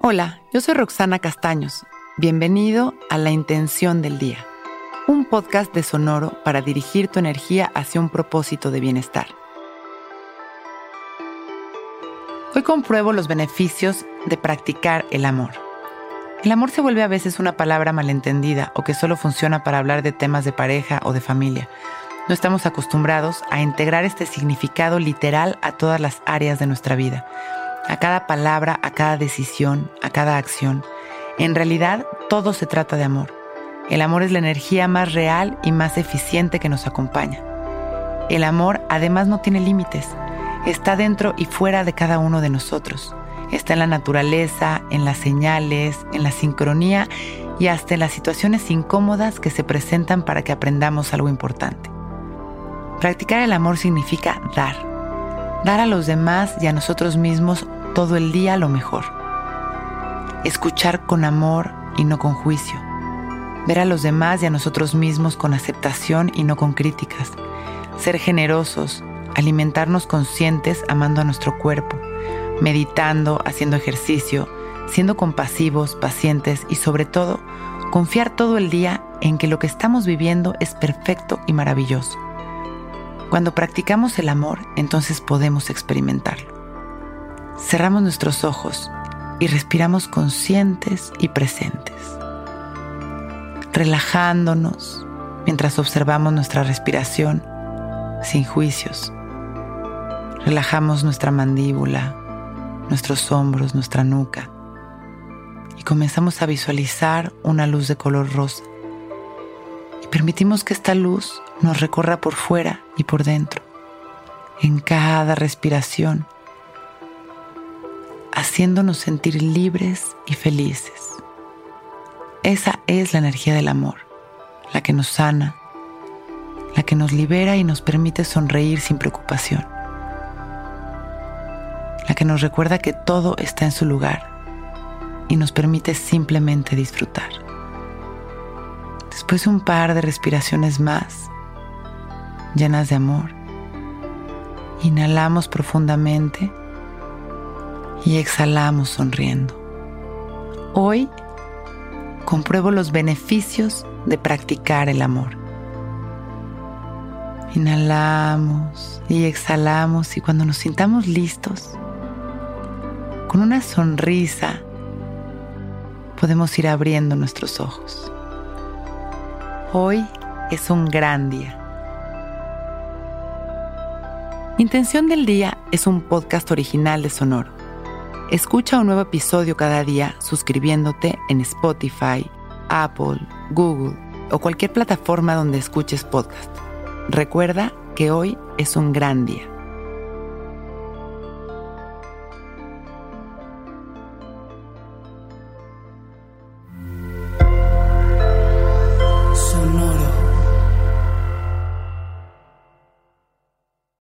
Hola, yo soy Roxana Castaños. Bienvenido a La Intención del Día, un podcast de Sonoro para dirigir tu energía hacia un propósito de bienestar. Hoy compruebo los beneficios de practicar el amor. El amor se vuelve a veces una palabra malentendida o que solo funciona para hablar de temas de pareja o de familia. No estamos acostumbrados a integrar este significado literal a todas las áreas de nuestra vida, a cada palabra, a cada decisión, a cada acción. En realidad, todo se trata de amor. El amor es la energía más real y más eficiente que nos acompaña. El amor, además, no tiene límites. Está dentro y fuera de cada uno de nosotros. Está en la naturaleza, en las señales, en la sincronía y hasta en las situaciones incómodas que se presentan para que aprendamos algo importante. Practicar el amor significa dar. Dar a los demás y a nosotros mismos todo el día lo mejor. Escuchar con amor y no con juicio. Ver a los demás y a nosotros mismos con aceptación y no con críticas. Ser generosos, alimentarnos conscientes amando a nuestro cuerpo, meditando, haciendo ejercicio, siendo compasivos, pacientes y sobre todo, confiar todo el día en que lo que estamos viviendo es perfecto y maravilloso. Cuando practicamos el amor, entonces podemos experimentarlo. Cerramos nuestros ojos y respiramos conscientes y presentes, relajándonos mientras observamos nuestra respiración sin juicios. Relajamos nuestra mandíbula, nuestros hombros, nuestra nuca y comenzamos a visualizar una luz de color rosa. Y permitimos que esta luz nos recorra por fuera y por dentro, en cada respiración, haciéndonos sentir libres y felices. Esa es la energía del amor, la que nos sana, la que nos libera y nos permite sonreír sin preocupación, la que nos recuerda que todo está en su lugar y nos permite simplemente disfrutar. Después de un par de respiraciones más, llenas de amor, inhalamos profundamente y exhalamos sonriendo. Hoy compruebo los beneficios de practicar el amor. Inhalamos y exhalamos y cuando nos sintamos listos, con una sonrisa, podemos ir abriendo nuestros ojos. Hoy es un gran día. Intención del Día es un podcast original de Sonoro. Escucha un nuevo episodio cada día suscribiéndote en Spotify, Apple, Google o cualquier plataforma donde escuches podcast. Recuerda que hoy es un gran día.